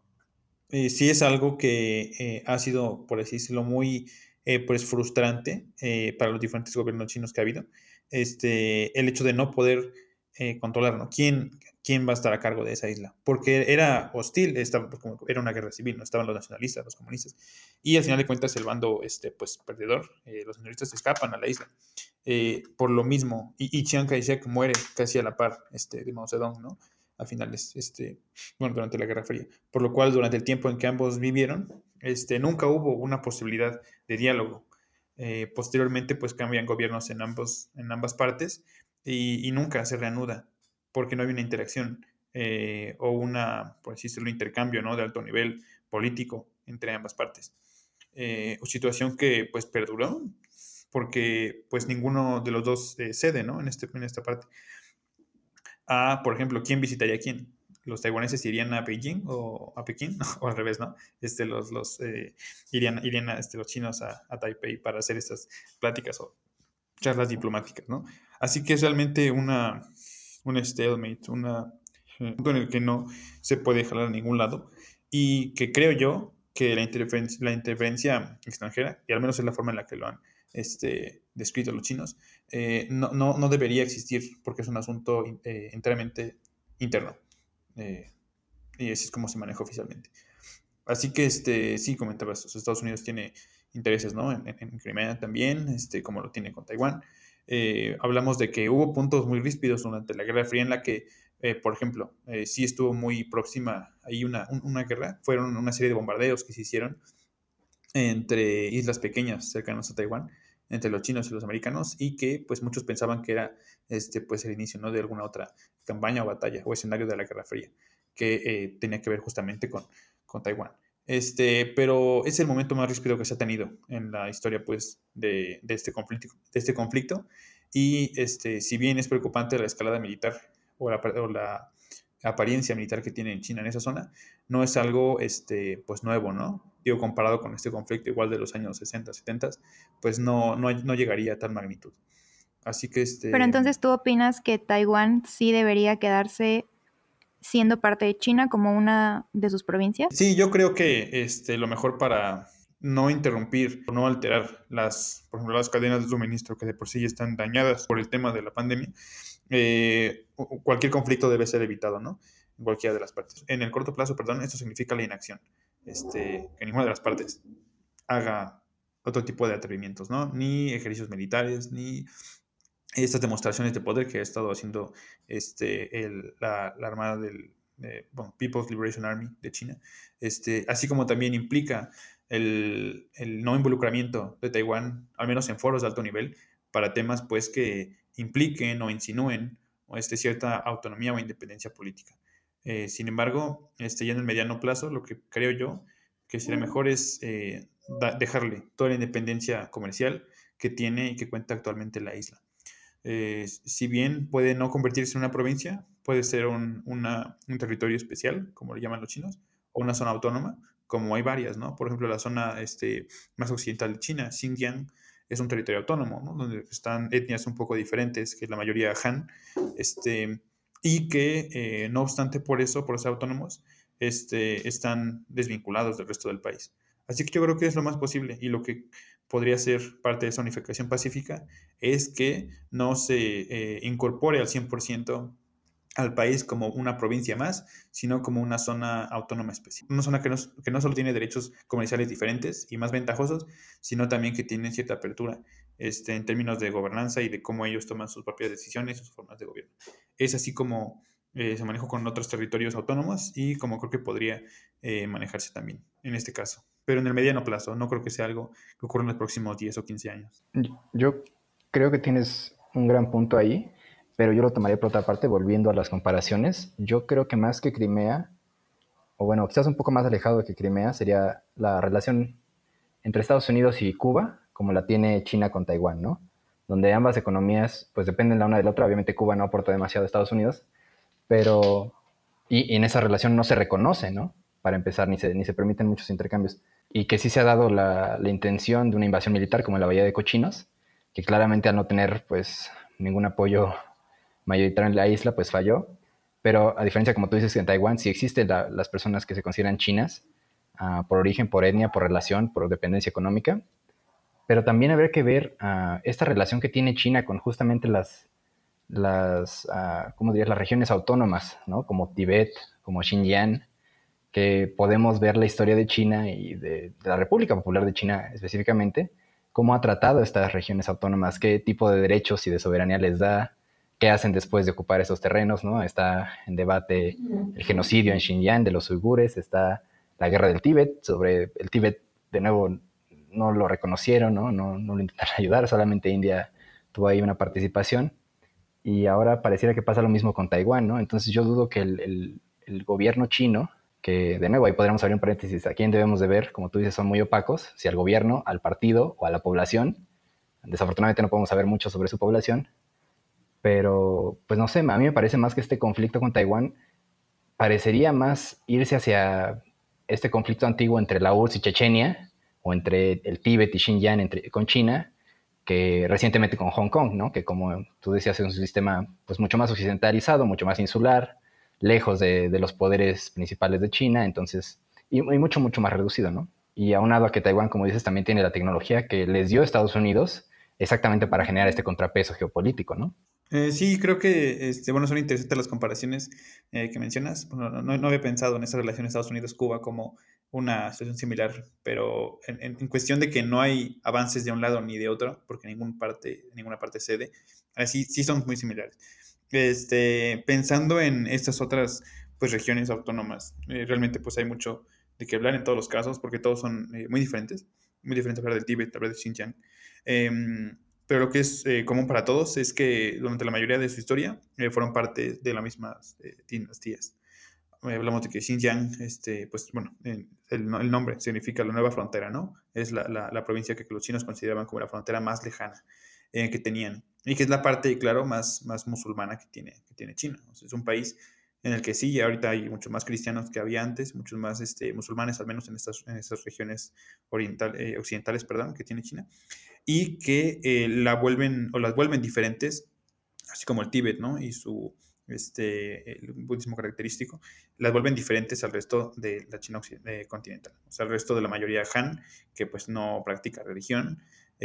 D: sí es algo que ha sido, por así decirlo, muy pues frustrante para los diferentes gobiernos chinos que ha habido. El hecho de no poder controlar, ¿no? ¿Quién va a estar a cargo de esa isla? Porque era hostil, era una guerra civil, ¿no? Estaban los nacionalistas, los comunistas. Y al final de cuentas el bando pues, perdedor, los nacionalistas escapan a la isla. Por lo mismo, y Chiang Kai-shek muere casi a la par de Mao Zedong, ¿no? A finales, bueno, durante la Guerra Fría. Por lo cual, durante el tiempo en que ambos vivieron, nunca hubo una posibilidad de diálogo. Posteriormente, pues cambian gobiernos en ambas partes y nunca se reanuda porque no hay una interacción o por así decirlo, intercambio, ¿no? De alto nivel político entre ambas partes. Situación que pues perduró porque pues ninguno de los dos cede, ¿no? En esta parte. Por ejemplo, ¿quién visitaría a quién? ¿Los taiwaneses irían a Beijing o a Pekín? O al revés, ¿no? Irían los chinos a Taipei para hacer estas pláticas o charlas diplomáticas, ¿no? Así que es realmente un stalemate, un punto en el que no se puede jalar a ningún lado y que creo yo que la interferencia extranjera, y al menos es la forma en la que lo han descrito los chinos, no debería existir porque es un asunto enteramente interno. Y así es como se maneja oficialmente. Así que sí, comentabas, los Estados Unidos tiene intereses, ¿no? En Crimea también, como lo tiene con Taiwán. Hablamos de que hubo puntos muy ríspidos durante la Guerra Fría en la que, por ejemplo, sí estuvo muy próxima ahí una guerra. Fueron una serie de bombardeos que se hicieron entre islas pequeñas cercanas a Taiwán, entre los chinos y los americanos, y que pues muchos pensaban que era pues el inicio, ¿no? De alguna otra campaña o batalla o escenario de la Guerra Fría, que tenía que ver justamente con Taiwán. Pero es el momento más ríspido que se ha tenido en la historia pues de este conflicto, y si bien es preocupante la escalada militar o la apariencia militar que tiene China en esa zona, no es algo pues nuevo, ¿no? Digo, comparado con este conflicto igual de los años 60, 70, pues no llegaría a tal magnitud. Así que
A: Pero entonces, ¿tú opinas que Taiwán sí debería quedarse siendo parte de China como una de sus provincias?
D: Sí, yo creo que lo mejor para no interrumpir o no alterar por ejemplo, las cadenas de suministro que de por sí ya están dañadas por el tema de la pandemia, cualquier conflicto debe ser evitado, ¿no? En cualquiera de las partes. En el corto plazo, perdón, esto significa la inacción. Que ninguna de las partes haga otro tipo de atrevimientos, ¿no? Ni ejercicios militares, ni estas demostraciones de poder que ha estado haciendo la Armada People's Liberation Army de China, así como también implica el no involucramiento de Taiwán, al menos en foros de alto nivel, para temas pues que impliquen o insinúen cierta autonomía o independencia política. Sin embargo, ya en el mediano plazo, lo que creo yo que sería mejor es dejarle toda la independencia comercial que tiene y que cuenta actualmente la isla. Si bien puede no convertirse en una provincia, puede ser un territorio especial, como le llaman los chinos, o una zona autónoma, como hay varias, ¿no? Por ejemplo, la zona más occidental de China, Xinjiang, es un territorio autónomo, ¿no? Donde están etnias un poco diferentes, que la mayoría Han, y que no obstante por ser autónomos, están desvinculados del resto del país. Así que yo creo que es lo más posible, y lo que podría ser parte de esa unificación pacífica es que no se incorpore al 100% al país como una provincia más, sino como una zona autónoma especial. Una zona que no solo tiene derechos comerciales diferentes y más ventajosos, sino también que tiene cierta apertura en términos de gobernanza y de cómo ellos toman sus propias decisiones y sus formas de gobierno. Es así como se maneja con otros territorios autónomos y como creo que podría manejarse también en este caso. Pero en el mediano plazo, no creo que sea algo que ocurra en los próximos 10 o 15 años.
E: Yo creo que tienes un gran punto ahí, pero yo lo tomaría por otra parte, volviendo a las comparaciones. Yo creo que más que Crimea, o bueno, quizás un poco más alejado de que Crimea, sería la relación entre Estados Unidos y Cuba, como la tiene China con Taiwán, ¿no? Donde ambas economías pues dependen la una de la otra. Obviamente Cuba no aporta demasiado a Estados Unidos, pero y en esa relación no se reconoce, ¿no? Para empezar, ni se permiten muchos intercambios. Y que sí se ha dado la intención de una invasión militar como en la Bahía de Cochinos, que claramente al no tener pues ningún apoyo mayoritario en la isla, pues falló. Pero a diferencia, como tú dices, que en Taiwán sí existen las personas que se consideran chinas, por origen, por etnia, por relación, por dependencia económica. Pero también habría que ver esta relación que tiene China con justamente ¿cómo dirías? Las regiones autónomas, ¿no? Como Tibet, como Xinjiang, que podemos ver la historia de China y de la República Popular de China específicamente, cómo ha tratado estas regiones autónomas, qué tipo de derechos y de soberanía les da, qué hacen después de ocupar esos terrenos, ¿no? Está en debate el genocidio en Xinjiang de los uigures, está la guerra del Tíbet, sobre el Tíbet, de nuevo, no lo reconocieron, ¿no? No lo intentaron ayudar, solamente India tuvo ahí una participación. Y ahora pareciera que pasa lo mismo con Taiwán, ¿no? Entonces yo dudo que el gobierno chino, que de nuevo ahí podríamos abrir un paréntesis, a quién debemos de ver, como tú dices, son muy opacos, si al gobierno, al partido o a la población. Desafortunadamente no podemos saber mucho sobre su población, pero pues no sé, a mí me parece más que este conflicto con Taiwán parecería más irse hacia este conflicto antiguo entre la URSS y Chechenia, o entre el Tíbet y Xinjiang con China, que recientemente con Hong Kong, ¿no? Que como tú decías es un sistema pues mucho más occidentalizado, mucho más insular, lejos de los poderes principales de China, entonces, y mucho, mucho más reducido, ¿no? Y aunado a que Taiwán, como dices, también tiene la tecnología que les dio Estados Unidos exactamente para generar este contrapeso geopolítico, ¿no?
D: Sí, creo que bueno, son interesantes las comparaciones que mencionas. Bueno, no había pensado en esa relación Estados Unidos-Cuba como una situación similar, pero en cuestión de que no hay avances de un lado ni de otro, porque ninguna parte cede, así sí son muy similares. Pensando en estas otras pues regiones autónomas, realmente pues hay mucho de qué hablar en todos los casos, porque todos son muy diferentes hablar del Tíbet, hablar de Xinjiang. Pero lo que es común para todos es que durante la mayoría de su historia fueron parte de las mismas dinastías. Hablamos de que Xinjiang, pues bueno, el nombre significa la nueva frontera, ¿no? Es la provincia que los chinos consideraban como la frontera más lejana que tenían. Y que es la parte, claro, más musulmana que tiene China. O sea, es un país en el que sí, ahorita hay muchos más cristianos que había antes, muchos más musulmanes, al menos en estas regiones occidentales, perdón, que tiene China y que las vuelven diferentes, así como el Tíbet, ¿no? Y el budismo característico, las vuelven diferentes al resto de la China continental, o sea, el resto de la mayoría Han, que pues no practica religión,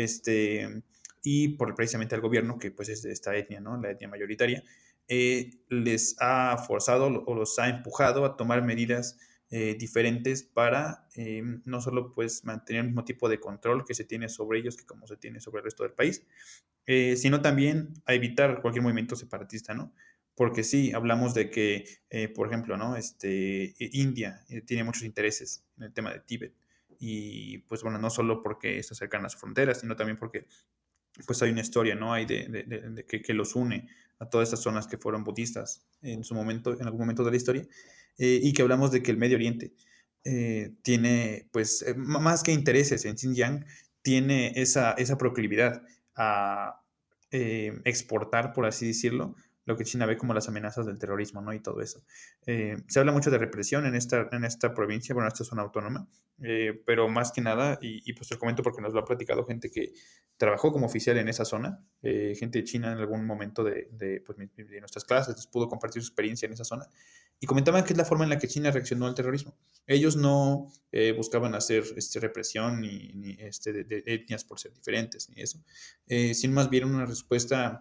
D: y por precisamente el gobierno, que pues es de esta etnia, ¿no? La etnia mayoritaria, les ha forzado o los ha empujado a tomar medidas diferentes para no solo pues mantener el mismo tipo de control que se tiene sobre ellos que como se tiene sobre el resto del país, sino también a evitar cualquier movimiento separatista, ¿no? Porque sí, hablamos de que, por ejemplo, ¿no? India tiene muchos intereses en el tema de Tíbet y pues bueno, no solo porque está cercana a su frontera, sino también porque pues hay una historia, ¿no? Hay que los une a todas estas zonas que fueron budistas en su momento, en algún momento de la historia, y que hablamos de que el Medio Oriente tiene, pues, más que intereses en Xinjiang, tiene esa proclividad a exportar, por así decirlo, lo que China ve como las amenazas del terrorismo, ¿no? Y todo eso. Se habla mucho de represión en esta provincia, bueno, esta zona autónoma, pero más que nada, y pues te comento porque nos lo ha platicado gente que trabajó como oficial en esa zona, gente de China en algún momento pues, de nuestras clases, les pudo compartir su experiencia en esa zona, y comentaban que es la forma en la que China reaccionó al terrorismo. Ellos no buscaban hacer represión ni de etnias por ser diferentes, ni eso, sino más bien una respuesta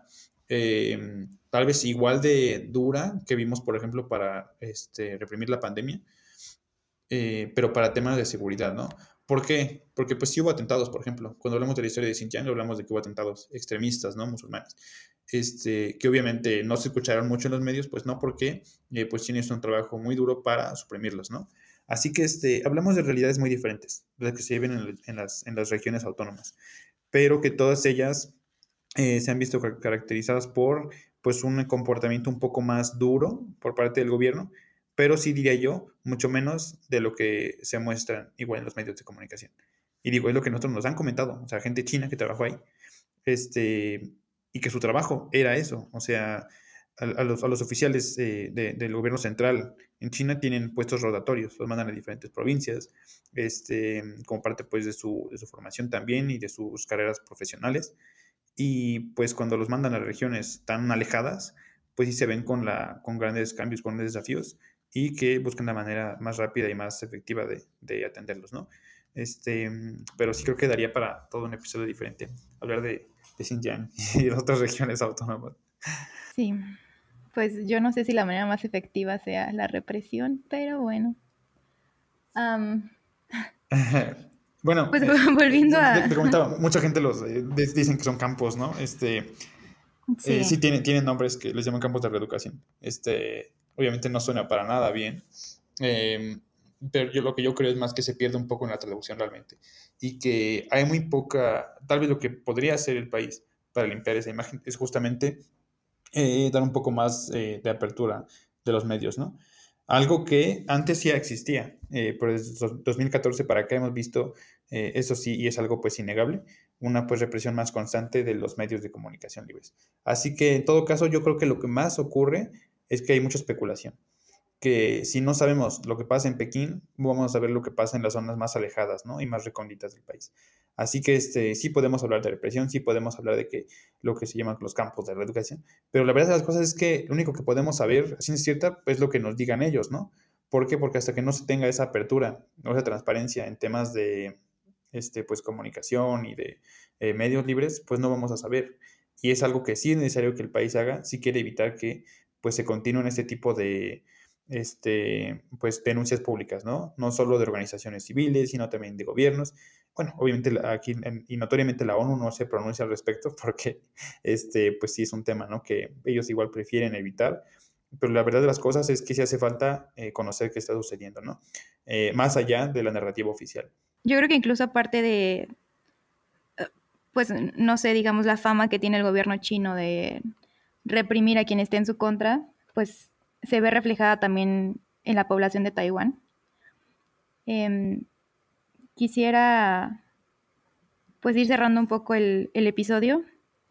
D: tal vez igual de dura que vimos, por ejemplo, para reprimir la pandemia, pero para temas de seguridad, ¿no? ¿Por qué? Porque pues sí hubo atentados, por ejemplo. Cuando hablamos de la historia de Xinjiang, hablamos de que hubo atentados extremistas, ¿no? Musulmanes. Que obviamente no se escucharon mucho en los medios, pues no, porque pues China hizo un trabajo muy duro para suprimirlos, ¿no? Así que hablamos de realidades muy diferentes, de las que se viven en las regiones autónomas, pero que todas ellas se han visto caracterizadas por pues un comportamiento un poco más duro por parte del gobierno, pero sí diría yo, mucho menos de lo que se muestra igual en los medios de comunicación. Y digo, es lo que nosotros nos han comentado, o sea, gente china que trabajó ahí, y que su trabajo era eso, o sea, a los oficiales del gobierno central en China tienen puestos rotatorios, los mandan a diferentes provincias, como parte pues de su formación también y de sus carreras profesionales. Y pues cuando los mandan a regiones tan alejadas, pues sí se ven con grandes cambios, con grandes desafíos y que buscan la manera más rápida y más efectiva de atenderlos, ¿no? Pero sí creo que daría para todo un episodio diferente hablar de Xinjiang y de otras regiones autónomas.
A: Sí, pues yo no sé si la manera más efectiva sea la represión, pero bueno.
D: Bueno,
A: Pues volviendo
D: te
A: a...
D: comentaba, mucha gente los dicen que son campos, ¿no?
A: Sí,
D: Sí, tienen nombres que les llaman campos de reeducación. Obviamente no suena para nada bien, pero lo que yo creo es más que se pierde un poco en la traducción realmente. Y que hay muy poca, tal vez lo que podría hacer el país para limpiar esa imagen es justamente dar un poco más de apertura de los medios, ¿no? Algo que antes ya existía, pero desde 2014 para acá hemos visto, eso sí, y es algo pues innegable, una pues represión más constante de los medios de comunicación libres. Así que en todo caso yo creo que lo que más ocurre es que hay mucha especulación, que si no sabemos lo que pasa en Pekín, vamos a saber lo que pasa en las zonas más alejadas, ¿no? Y más recónditas del país. Así que sí podemos hablar de represión, sí podemos hablar de que lo que se llaman los campos de reeducación, pero la verdad de las cosas es que lo único que podemos saber, así es cierta, es lo que nos digan ellos, ¿no? ¿Por qué? Porque hasta que no se tenga esa apertura o esa transparencia en temas de pues, comunicación y de medios libres, pues no vamos a saber. Y es algo que sí es necesario que el país haga si quiere evitar que pues se continúen este tipo de pues denuncias públicas, ¿no? No solo de organizaciones civiles, sino también de gobiernos. Bueno, obviamente aquí y notoriamente la ONU no se pronuncia al respecto porque pues sí es un tema, ¿no? Que ellos igual prefieren evitar, pero la verdad de las cosas es que sí hace falta conocer qué está sucediendo, ¿no? Más allá de la narrativa oficial.
A: yo creo que incluso aparte de, pues no sé, digamos la fama que tiene el gobierno chino de reprimir a quien esté en su contra, pues se ve reflejada también en la población de Taiwán. Em, Quisiera pues ir cerrando un poco el episodio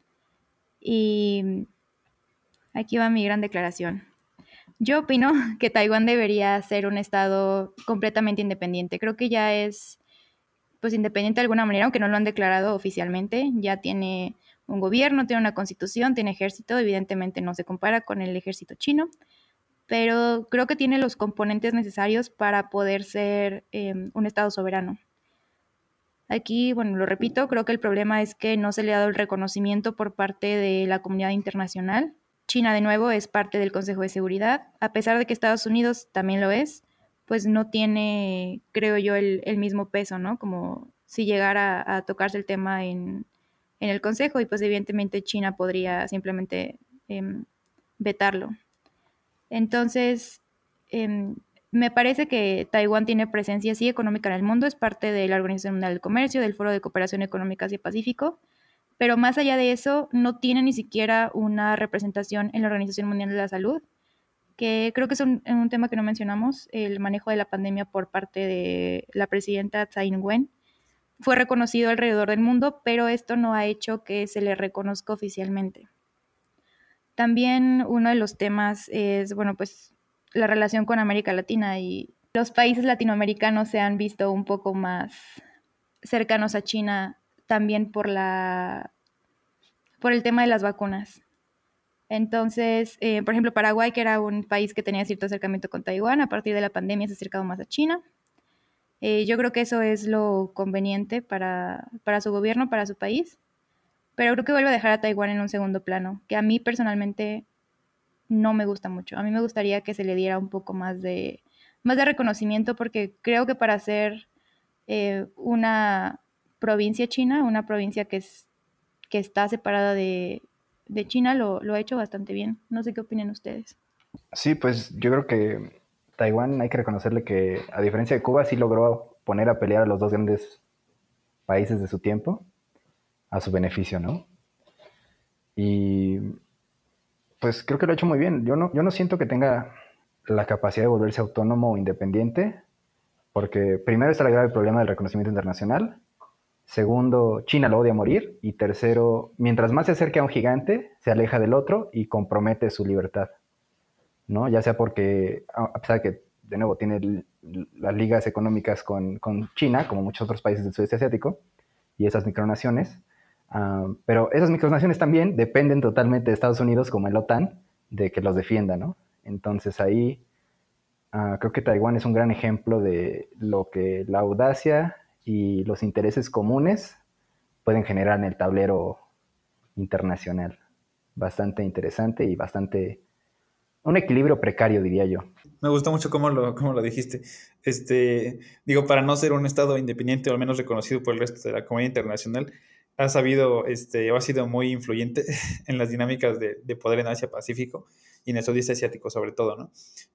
A: y aquí va mi gran declaración. Yo opino que Taiwán debería ser un estado completamente independiente. Creo que ya es pues independiente de alguna manera, aunque no lo han declarado oficialmente. Ya tiene un gobierno, tiene una constitución, tiene ejército. Evidentemente no se compara con el ejército chino, pero creo que tiene los componentes necesarios para poder ser un estado soberano. Aquí, bueno, lo repito, creo que el problema es que no se le ha dado el reconocimiento por parte de la comunidad internacional. China, de nuevo, es parte del Consejo de Seguridad, a pesar de que Estados Unidos también lo es, pues no tiene, creo yo, el mismo peso, ¿no? Como si llegara a tocarse el tema en el Consejo y pues evidentemente China podría simplemente vetarlo. Entonces, me parece que Taiwán tiene presencia sí económica en el mundo, es parte de la Organización Mundial del Comercio, del Foro de Cooperación Económica Asia-Pacífico, pero más allá de eso, no tiene ni siquiera una representación en la Organización Mundial de la Salud, que creo que es un tema que no mencionamos, el manejo de la pandemia por parte de la presidenta Tsai Ing-wen. Fue reconocido alrededor del mundo, pero esto no ha hecho que se le reconozca oficialmente. También uno de los temas es, bueno, pues la relación con América Latina y los países latinoamericanos se han visto un poco más cercanos a China también por el tema de las vacunas. Entonces, por ejemplo, Paraguay, que era un país que tenía cierto acercamiento con Taiwán, a partir de la pandemia se ha acercado más a China. Yo creo que eso es lo conveniente para su gobierno, para su país. pero creo que vuelve a dejar a Taiwán en un segundo plano, que a mí personalmente no me gusta mucho. A mí me gustaría que se le diera un poco más de reconocimiento, porque creo que para ser una provincia china, una provincia que está separada de China, lo ha hecho bastante bien. No sé qué opinan ustedes.
E: Sí, pues yo creo que Taiwán hay que reconocerle que, a diferencia de Cuba, sí logró poner a pelear a los dos grandes países de su tiempo a su beneficio, ¿no? Y pues creo que lo ha hecho muy bien. Yo no siento que tenga la capacidad de volverse autónomo o independiente, porque primero está el grave problema del reconocimiento internacional. Segundo, China lo odia a morir. Y tercero, mientras más se acerque a un gigante, se aleja del otro y compromete su libertad, ¿no? Ya sea porque, a pesar de que, de nuevo, tiene las ligas económicas con China, como muchos otros países del sudeste asiático, y esas micronaciones, pero esas micronaciones también dependen totalmente de Estados Unidos, como el OTAN, de que los defienda, ¿no? Entonces ahí creo que Taiwán es un gran ejemplo de lo que la audacia y los intereses comunes pueden generar en el tablero internacional. Bastante interesante y bastante... un equilibrio precario, diría yo.
D: Me gustó mucho cómo lo dijiste. Digo, para no ser un estado independiente o al menos reconocido por el resto de la comunidad internacional, ha sabido, o ha sido muy influyente en las dinámicas de poder en Asia-Pacífico y en el sudeste asiático sobre todo, ¿no?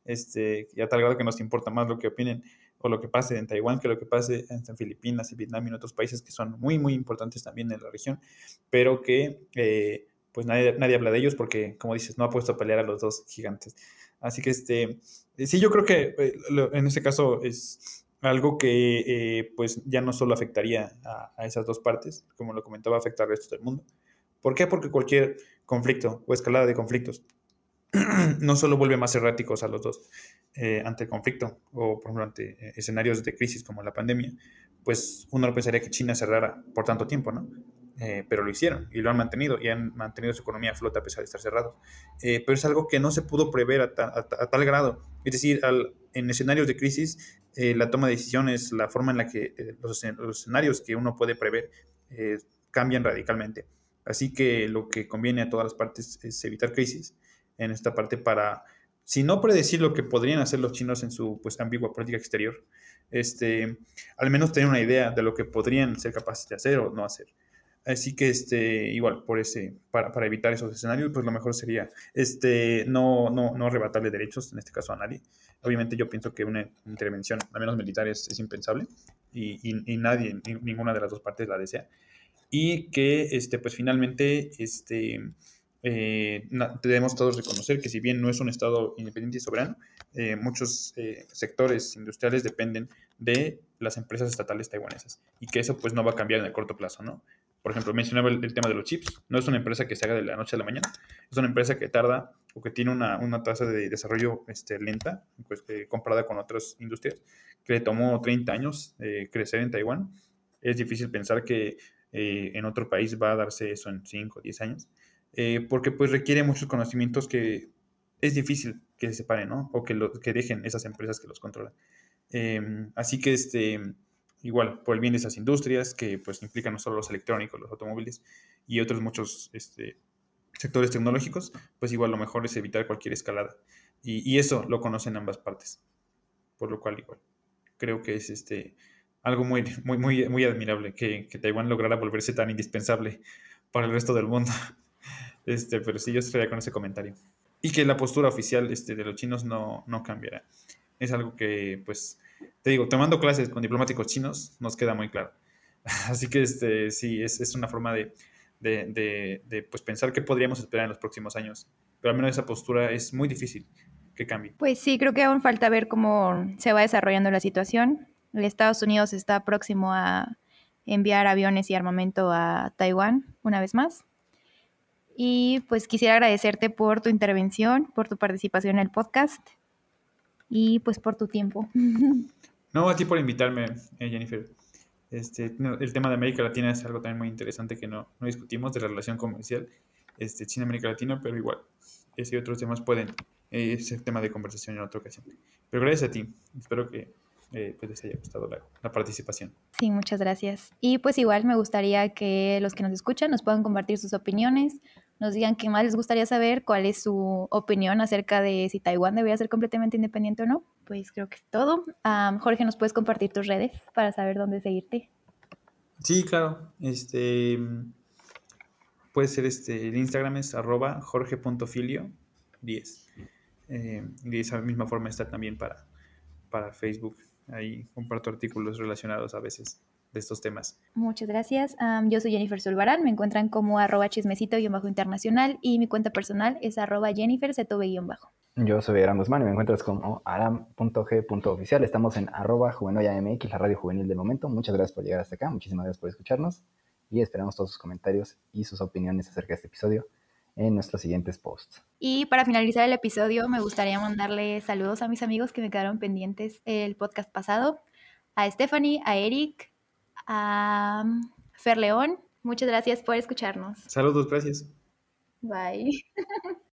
D: Y a tal grado que nos importa más lo que opinen o lo que pase en Taiwán que lo que pase en Filipinas y Vietnam y en otros países que son muy, muy importantes también en la región, pero que pues nadie habla de ellos porque, como dices, no ha puesto a pelear a los dos gigantes. Así que sí, yo creo que en este caso es algo que pues ya no solo afectaría a esas dos partes, como lo comentaba, afecta al resto del mundo. ¿Por qué? Porque cualquier conflicto o escalada de conflictos no solo vuelve más erráticos a los dos ante el conflicto o, por ejemplo, ante escenarios de crisis como la pandemia, pues uno no pensaría que China cerrara por tanto tiempo, ¿no? Pero lo hicieron y lo han mantenido y han mantenido su economía a flote a pesar de estar cerrados. Pero es algo que no se pudo prever a tal grado. Es decir, en escenarios de crisis, la toma de decisiones, la forma en la que los escenarios que uno puede prever cambian radicalmente. Así que lo que conviene a todas las partes es evitar crisis en esta parte para, si no predecir lo que podrían hacer los chinos en su pues ambigua política exterior, al menos tener una idea de lo que podrían ser capaces de hacer o no hacer. Así que igual para evitar esos escenarios, pues lo mejor sería no arrebatarle derechos, en este caso a nadie. Obviamente yo pienso que una intervención, al menos militar, es impensable y nadie, ninguna de las dos partes la desea. Y que pues finalmente debemos todos reconocer que si bien no es un estado independiente y soberano, muchos sectores industriales dependen de las empresas estatales taiwanesas y que eso pues no va a cambiar en el corto plazo, ¿no? Por ejemplo, mencionaba el tema de los chips. No es una empresa que se haga de la noche a la mañana. Es una empresa que tarda o que tiene una tasa de desarrollo lenta, pues, comparada con otras industrias, que le tomó 30 años crecer en Taiwán. Es difícil pensar que en otro país va a darse eso en 5 o 10 años, porque pues requiere muchos conocimientos que es difícil que se separen, ¿no? O que dejen esas empresas que los controlan. Así que igual, por el bien de esas industrias, que pues implican no solo los electrónicos, los automóviles y otros muchos sectores tecnológicos, pues igual lo mejor es evitar cualquier escalada. Y eso lo conocen ambas partes. Por lo cual igual, creo que es algo muy, muy, muy, muy admirable que Taiwán lograra volverse tan indispensable para el resto del mundo. Pero sí, yo estaría con ese comentario. Y que la postura oficial de los chinos no cambiará. Es algo que, pues, te digo, tomando clases con diplomáticos chinos, nos queda muy claro. Así que sí, es una forma de pues, pensar qué podríamos esperar en los próximos años. Pero al menos esa postura es muy difícil que cambie.
A: Pues sí, creo que aún falta ver cómo se va desarrollando la situación. Estados Unidos está próximo a enviar aviones y armamento a Taiwán una vez más. Y pues quisiera agradecerte por tu intervención, por tu participación en el podcast y pues por tu tiempo.
D: No, a ti por invitarme, Jennifer. El tema de América Latina es algo también muy interesante que no discutimos de la relación comercial China-América Latina, pero igual, ese y otros temas pueden ser tema de conversación en otra ocasión. Pero gracias a ti, espero que pues les haya gustado la participación.
A: Sí, muchas gracias. Y pues igual me gustaría que los que nos escuchan nos puedan compartir sus opiniones, nos digan qué más les gustaría saber, cuál es su opinión acerca de si Taiwán debería ser completamente independiente o no. Pues creo que es todo. Jorge, ¿nos puedes compartir tus redes para saber dónde seguirte?
D: Sí, claro. Puede ser el Instagram es @jorge.filio10. Y de esa misma forma está también para Facebook. Ahí comparto artículos relacionados a veces de estos temas.
A: Muchas gracias. Yo soy Jennifer Zulbarán. Me encuentran como @chismecito_internacional y mi cuenta personal es @jenniferzb_.
E: Yo soy Aram Guzmán y me encuentras como aram.g.oficial. Estamos en @juvenoyamx, la radio juvenil del momento. Muchas gracias por llegar hasta acá, muchísimas gracias por escucharnos y esperamos todos sus comentarios y sus opiniones acerca de este episodio en nuestros siguientes posts.
A: Y para finalizar el episodio, me gustaría mandarle saludos a mis amigos que me quedaron pendientes el podcast pasado, a Stephanie, a Eric, a Fer León. Muchas gracias por escucharnos.
D: Saludos, gracias.
A: Bye.